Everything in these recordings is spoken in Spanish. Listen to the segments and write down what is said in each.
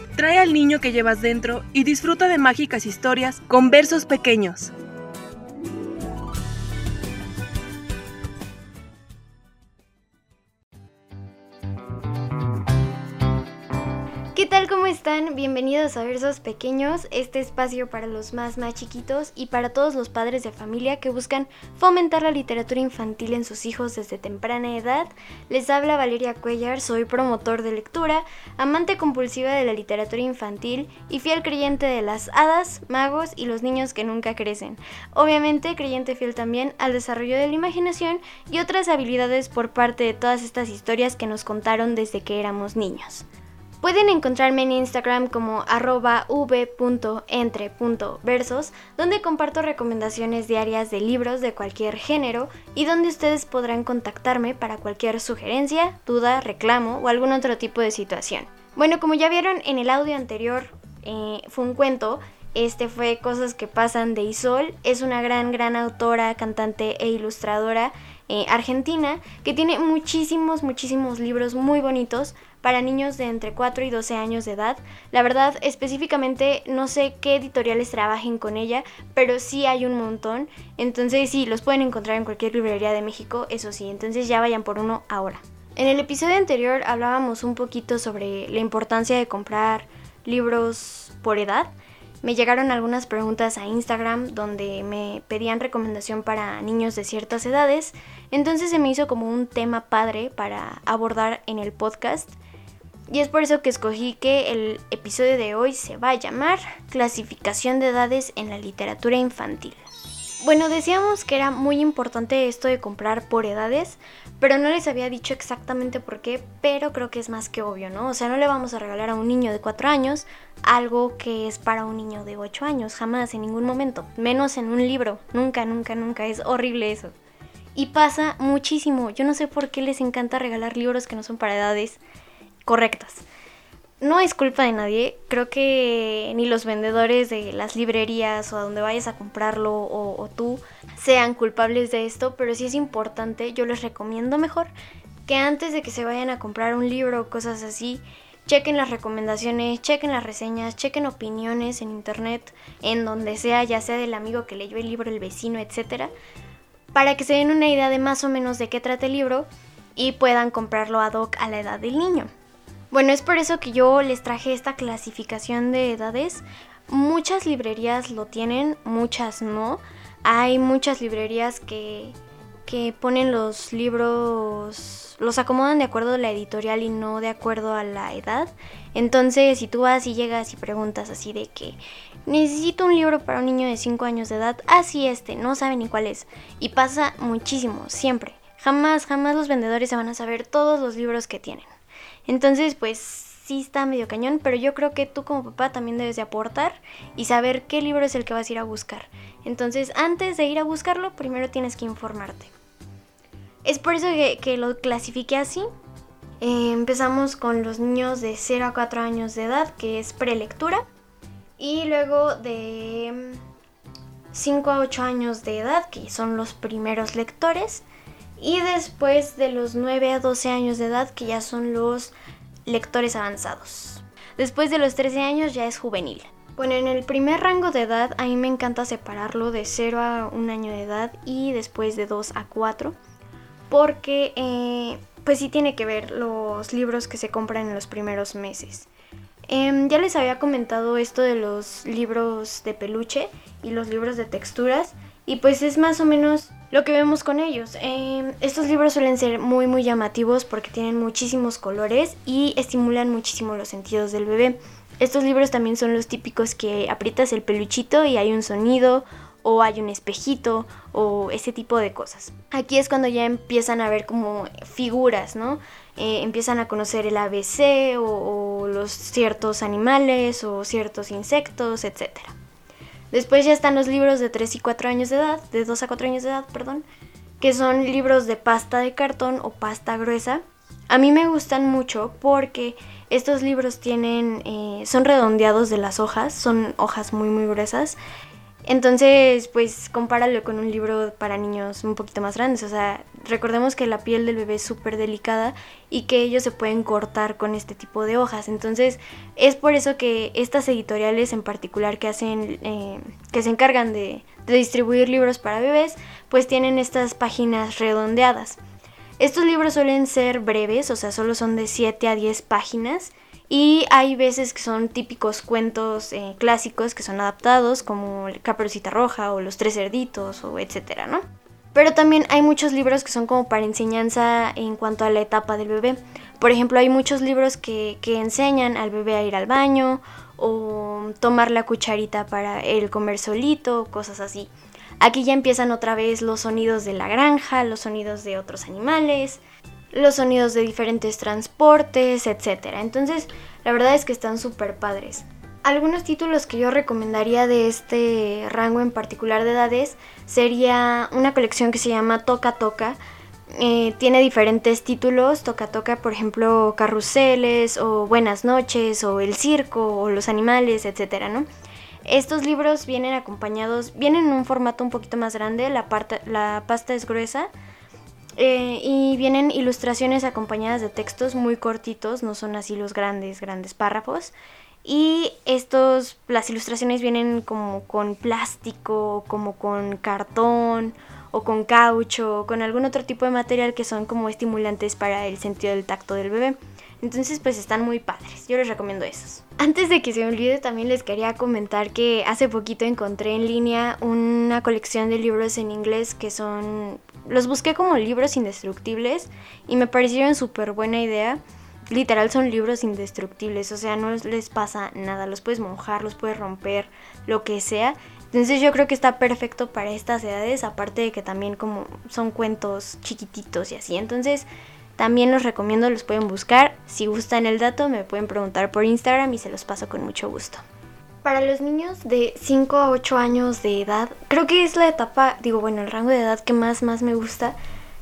Trae al niño que llevas dentro y disfruta de mágicas historias con versos pequeños. ¿Qué tal? ¿Cómo están? Bienvenidos a Versos Pequeños, este espacio para los más chiquitos y para todos los padres de familia que buscan fomentar la literatura infantil en sus hijos desde temprana edad. Les habla Valeria Cuellar, soy promotor de lectura, amante compulsiva de la literatura infantil y fiel creyente de las hadas, magos y los niños que nunca crecen. Obviamente creyente fiel también al desarrollo de la imaginación y otras habilidades por parte de todas estas historias que nos contaron desde que éramos niños. Pueden encontrarme en Instagram como @v.entre.versos, donde comparto recomendaciones diarias de libros de cualquier género y donde ustedes podrán contactarme para cualquier sugerencia, duda, reclamo o algún otro tipo de situación. Bueno, como ya vieron en el audio anterior, fue un cuento. Este fue Cosas que pasan de Isol. Es una gran autora, cantante e ilustradora argentina que tiene muchísimos libros muy bonitos para niños de entre 4 y 12 años de edad. La verdad, específicamente no sé qué editoriales trabajen con ella, pero sí hay un montón. Entonces sí, los pueden encontrar en cualquier librería de México, eso sí. Entonces ya vayan por uno ahora. En el episodio anterior hablábamos un poquito sobre la importancia de comprar libros por edad. Me llegaron algunas preguntas a Instagram donde me pedían recomendación para niños de ciertas edades, entonces se me hizo como un tema padre para abordar en el podcast. Y es por eso que escogí que el episodio de hoy se va a llamar Clasificación de edades en la literatura infantil. Bueno, decíamos que era muy importante esto de comprar por edades, pero no les había dicho exactamente por qué, pero creo que es más que obvio, ¿no? O sea, no le vamos a regalar a un niño de 4 años algo que es para un niño de 8 años, jamás, en ningún momento, menos en un libro, nunca, es horrible eso. Y pasa muchísimo, yo no sé por qué les encanta regalar libros que no son para edades correctas. No es culpa de nadie, creo que ni los vendedores de las librerías o a donde vayas a comprarlo o tú sean culpables de esto, pero sí es importante, yo les recomiendo mejor que antes de que se vayan a comprar un libro o cosas así, chequen las recomendaciones, chequen las reseñas, chequen opiniones en internet, en donde sea, ya sea del amigo que leyó el libro, el vecino, etc., para que se den una idea de más o menos de qué trata el libro y puedan comprarlo ad hoc a la edad del niño. Bueno, es por eso que yo les traje esta clasificación de edades. Muchas librerías lo tienen, muchas no. Hay muchas librerías que ponen los libros, los acomodan de acuerdo a la editorial y no de acuerdo a la edad. Entonces, si tú vas y llegas y preguntas así de que necesito un libro para un niño de 5 años de edad, así no saben ni cuál es. Y pasa muchísimo, siempre. Jamás los vendedores se van a saber todos los libros que tienen. Entonces, pues sí está medio cañón, pero yo creo que tú como papá también debes de aportar y saber qué libro es el que vas a ir a buscar. Entonces, antes de ir a buscarlo, primero tienes que informarte. Es por eso que lo clasifiqué así. Empezamos con los niños de 0 a 4 años de edad, que es prelectura. Y luego de 5 a 8 años de edad, que son los primeros lectores. Y después de los 9 a 12 años de edad, que ya son los lectores avanzados. Después de los 13 años ya es juvenil. Bueno, en el primer rango de edad a mí me encanta separarlo de 0 a 1 año de edad y después de 2 a 4. Porque pues sí tiene que ver los libros que se compran en los primeros meses. Ya les había comentado esto de los libros de peluche y los libros de texturas. Y pues es más o menos lo que vemos con ellos. Estos libros suelen ser muy llamativos porque tienen muchísimos colores y estimulan muchísimo los sentidos del bebé. Estos libros también son los típicos que aprietas el peluchito y hay un sonido o hay un espejito o ese tipo de cosas. Aquí es cuando ya empiezan a ver como figuras, ¿no? Empiezan a conocer el ABC o los ciertos animales o ciertos insectos, etcétera. Después ya están los libros de 3 y 4 años de edad, de 2 a 4 años de edad, que son libros de pasta de cartón o pasta gruesa. A mí me gustan mucho porque estos libros son redondeados de las hojas, son hojas muy gruesas. Entonces, pues compáralo con un libro para niños un poquito más grandes, o sea, recordemos que la piel del bebé es súper delicada y que ellos se pueden cortar con este tipo de hojas. Entonces es por eso que estas editoriales en particular que hacen, que se encargan de distribuir libros para bebés, pues tienen estas páginas redondeadas. Estos libros suelen ser breves, o sea, solo son de 7 a 10 páginas. Y hay veces que son típicos cuentos clásicos que son adaptados, como Caperucita Roja o Los Tres Cerditos, o etcétera, ¿no? Pero también hay muchos libros que son como para enseñanza en cuanto a la etapa del bebé. Por ejemplo, hay muchos libros que enseñan al bebé a ir al baño o tomar la cucharita para él comer solito, cosas así. Aquí ya empiezan otra vez los sonidos de la granja, los sonidos de otros animales, los sonidos de diferentes transportes, etc. Entonces, la verdad es que están súper padres. Algunos títulos que yo recomendaría de este rango en particular de edades sería una colección que se llama Toca Toca. Tiene diferentes títulos, Toca Toca, por ejemplo, Carruseles, o Buenas Noches, o El Circo, o Los Animales, etc., ¿no? Estos libros vienen acompañados, vienen en un formato un poquito más grande, la pasta es gruesa, y vienen ilustraciones acompañadas de textos muy cortitos, no son así los grandes párrafos. Y las ilustraciones vienen como con plástico, como con cartón, o con caucho, o con algún otro tipo de material que son como estimulantes para el sentido del tacto del bebé. Entonces pues están muy padres, yo les recomiendo esos. Antes de que se me olvide, también les quería comentar que hace poquito encontré en línea una colección de libros en inglés que los busqué como libros indestructibles y me parecieron súper buena idea. Literal son libros indestructibles, o sea, no les pasa nada, los puedes mojar, los puedes romper, lo que sea. Entonces yo creo que está perfecto para estas edades, aparte de que también como son cuentos chiquititos y así. Entonces también los recomiendo, los pueden buscar. Si gustan el dato me pueden preguntar por Instagram y se los paso con mucho gusto. Para los niños de 5 a 8 años de edad, creo que es la etapa, el rango de edad que más me gusta,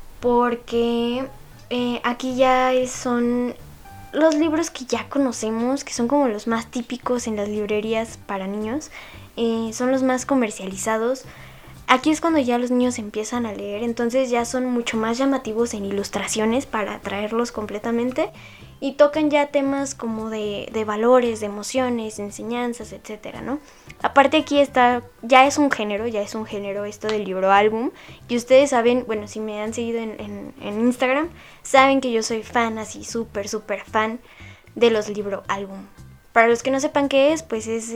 porque aquí ya son los libros que ya conocemos, que son como los más típicos en las librerías para niños, son los más comercializados. Aquí es cuando ya los niños empiezan a leer, entonces ya son mucho más llamativos en ilustraciones para atraerlos completamente y tocan ya temas como de valores, de emociones, de enseñanzas, etcétera, ¿no? Aparte aquí ya es un género esto del libro álbum, y ustedes saben, bueno, si me han seguido en Instagram, saben que yo soy fan, así súper fan de los libro álbum. Para los que no sepan qué es, pues es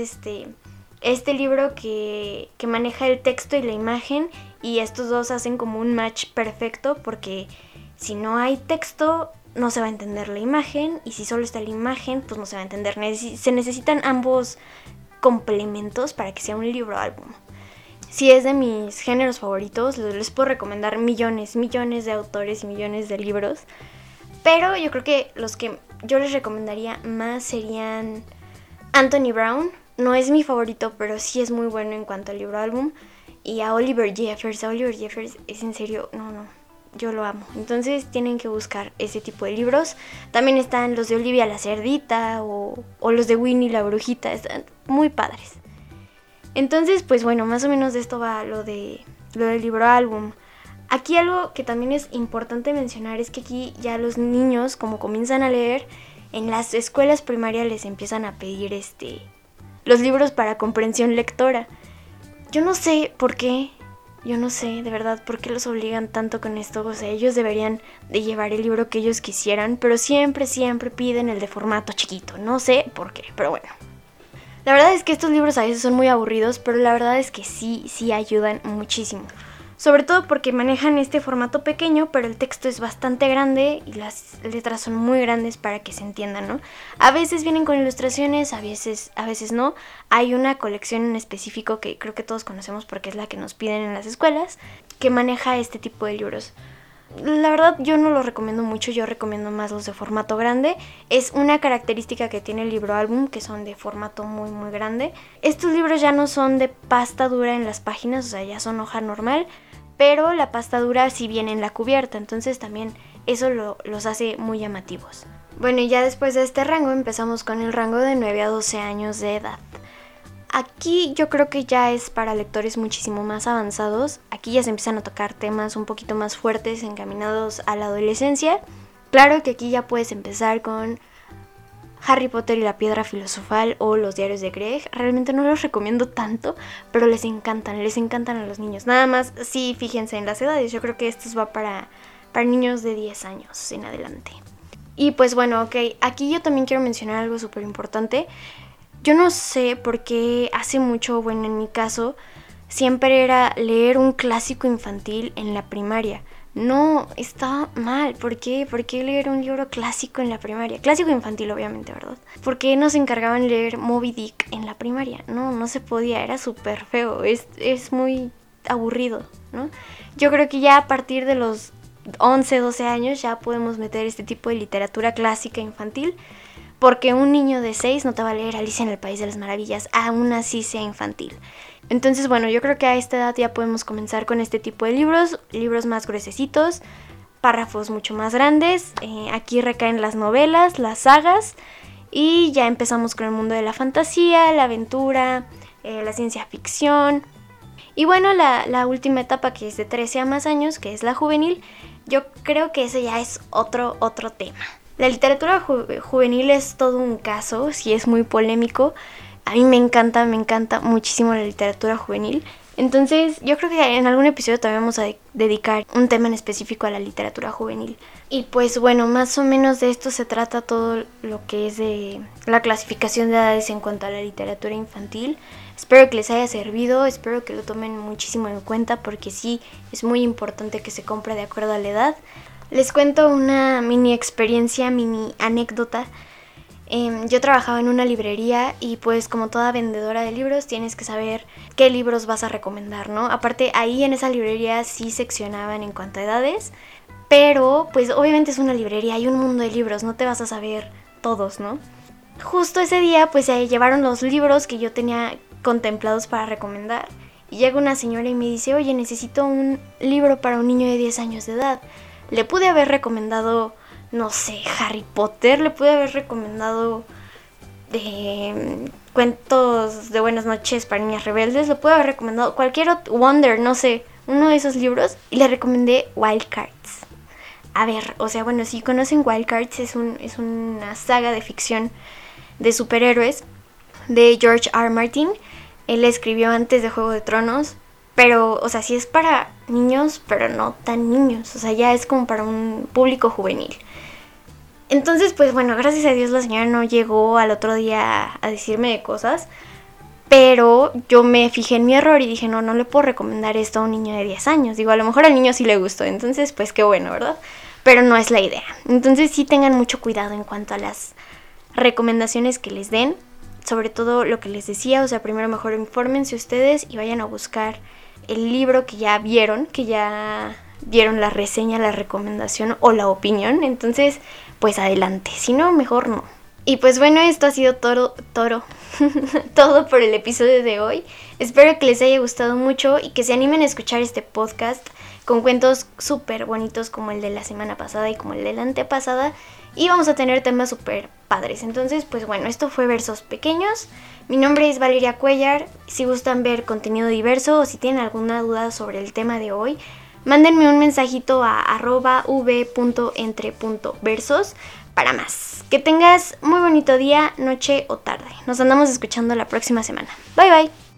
este libro que maneja el texto y la imagen, y estos dos hacen como un match perfecto, porque si no hay texto no se va a entender la imagen, y si solo está la imagen pues no se va a entender. Se necesitan ambos complementos para que sea un libro álbum. Si es de mis géneros favoritos, les puedo recomendar millones de autores y millones de libros, pero yo creo que los que yo les recomendaría más serían Anthony Brown. No es mi favorito, pero sí es muy bueno en cuanto al libro álbum. Y a Oliver Jeffers. Es en serio, yo lo amo. Entonces tienen que buscar ese tipo de libros. También están los de Olivia la Cerdita o los de Winnie la Brujita. Están muy padres. Entonces, pues bueno, más o menos de esto va lo del libro álbum. Aquí algo que también es importante mencionar es que aquí ya los niños, como comienzan a leer, en las escuelas primarias les empiezan a pedir los libros para comprensión lectora. Yo no sé por qué, de verdad, por qué los obligan tanto con esto. O sea, ellos deberían de llevar el libro que ellos quisieran, pero siempre piden el de formato chiquito. No sé por qué, pero bueno. La verdad es que estos libros a veces son muy aburridos, pero la verdad es que sí ayudan muchísimo. Sobre todo porque manejan este formato pequeño, pero el texto es bastante grande y las letras son muy grandes para que se entiendan, ¿no? A veces vienen con ilustraciones, a veces no. Hay una colección en específico que creo que todos conocemos porque es la que nos piden en las escuelas, que maneja este tipo de libros. La verdad yo no lo recomiendo mucho, yo recomiendo más los de formato grande. Es una característica que tiene el libro álbum, que son de formato muy grande. Estos libros ya no son de pasta dura en las páginas, o sea, ya son hoja normal, pero la pasta dura sí viene en la cubierta, entonces también eso los hace muy llamativos. Bueno, y ya después de este rango empezamos con el rango de 9 a 12 años de edad. Aquí yo creo que ya es para lectores muchísimo más avanzados. Aquí ya se empiezan a tocar temas un poquito más fuertes encaminados a la adolescencia. Claro que aquí ya puedes empezar con Harry Potter y la Piedra Filosofal o los Diarios de Greg. Realmente no los recomiendo tanto, pero les encantan a los niños. Nada más, sí, fíjense en las edades. Yo creo que estos va para niños de 10 años en adelante. Y pues bueno, ok, aquí yo también quiero mencionar algo súper importante. Yo no sé por qué hace mucho, bueno, en mi caso, siempre era leer un clásico infantil en la primaria. No, está mal. ¿Por qué? ¿Por qué leer un libro clásico en la primaria? Clásico infantil, obviamente, ¿verdad? ¿Por qué nos encargaban leer Moby Dick en la primaria? No se podía, era súper feo, es muy aburrido, ¿no? Yo creo que ya a partir de los 11, 12 años ya podemos meter este tipo de literatura clásica infantil, porque un niño de 6 no te va a leer Alicia en el País de las Maravillas, aún así sea infantil. Entonces, bueno, yo creo que a esta edad ya podemos comenzar con este tipo de libros más gruesecitos, párrafos mucho más grandes. Aquí recaen las novelas, las sagas, y ya empezamos con el mundo de la fantasía, la aventura, la ciencia ficción. Y bueno, la última etapa, que es de 13 a más años, que es la juvenil, yo creo que ese ya es otro tema. La literatura juvenil es todo un caso, sí es muy polémico. A mí me encanta muchísimo la literatura juvenil. Entonces yo creo que en algún episodio también vamos a dedicar un tema en específico a la literatura juvenil. Y pues bueno, más o menos de esto se trata todo lo que es de la clasificación de edades en cuanto a la literatura infantil. Espero que les haya servido, espero que lo tomen muchísimo en cuenta, porque sí, es muy importante que se compre de acuerdo a la edad. Les cuento una mini experiencia, mini anécdota. Yo trabajaba en una librería y pues como toda vendedora de libros tienes que saber qué libros vas a recomendar, ¿no? Aparte, ahí en esa librería sí seccionaban en cuanto a edades, pero pues obviamente es una librería, hay un mundo de libros, no te vas a saber todos, ¿no? Justo ese día pues se llevaron los libros que yo tenía contemplados para recomendar, y llega una señora y me dice: oye, necesito un libro para un niño de 10 años de edad. Le pude haber recomendado, no sé, Harry Potter, le pude haber recomendado cuentos de buenas noches para niñas rebeldes, le pude haber recomendado cualquier otro, Wonder, no sé, uno de esos libros, y le recomendé Wild Cards. A ver, o sea, bueno, si conocen Wild Cards, es una saga de ficción de superhéroes de George R. Martin. Él escribió antes de Juego de Tronos, pero, o sea, sí es para niños, pero no tan niños, o sea, ya es como para un público juvenil. Entonces, pues bueno, gracias a Dios la señora no llegó al otro día a decirme de cosas, pero yo me fijé en mi error y dije, no le puedo recomendar esto a un niño de 10 años. Digo, a lo mejor al niño sí le gustó, entonces pues qué bueno, ¿verdad? Pero no es la idea. Entonces sí tengan mucho cuidado en cuanto a las recomendaciones que les den, sobre todo lo que les decía, o sea, primero mejor infórmense ustedes y vayan a buscar el libro que ya vieron la reseña, la recomendación o la opinión. Entonces, pues adelante, si no, mejor no. Y pues bueno, esto ha sido todo por el episodio de hoy. Espero que les haya gustado mucho y que se animen a escuchar este podcast con cuentos súper bonitos como el de la semana pasada y como el de la antepasada. Y vamos a tener temas súper padres. Entonces, pues bueno, esto fue Versos Pequeños. Mi nombre es Valeria Cuellar. Si gustan ver contenido diverso o si tienen alguna duda sobre el tema de hoy, mándenme un mensajito a @v.entre.versos para más. Que tengas muy bonito día, noche o tarde. Nos andamos escuchando la próxima semana. Bye bye.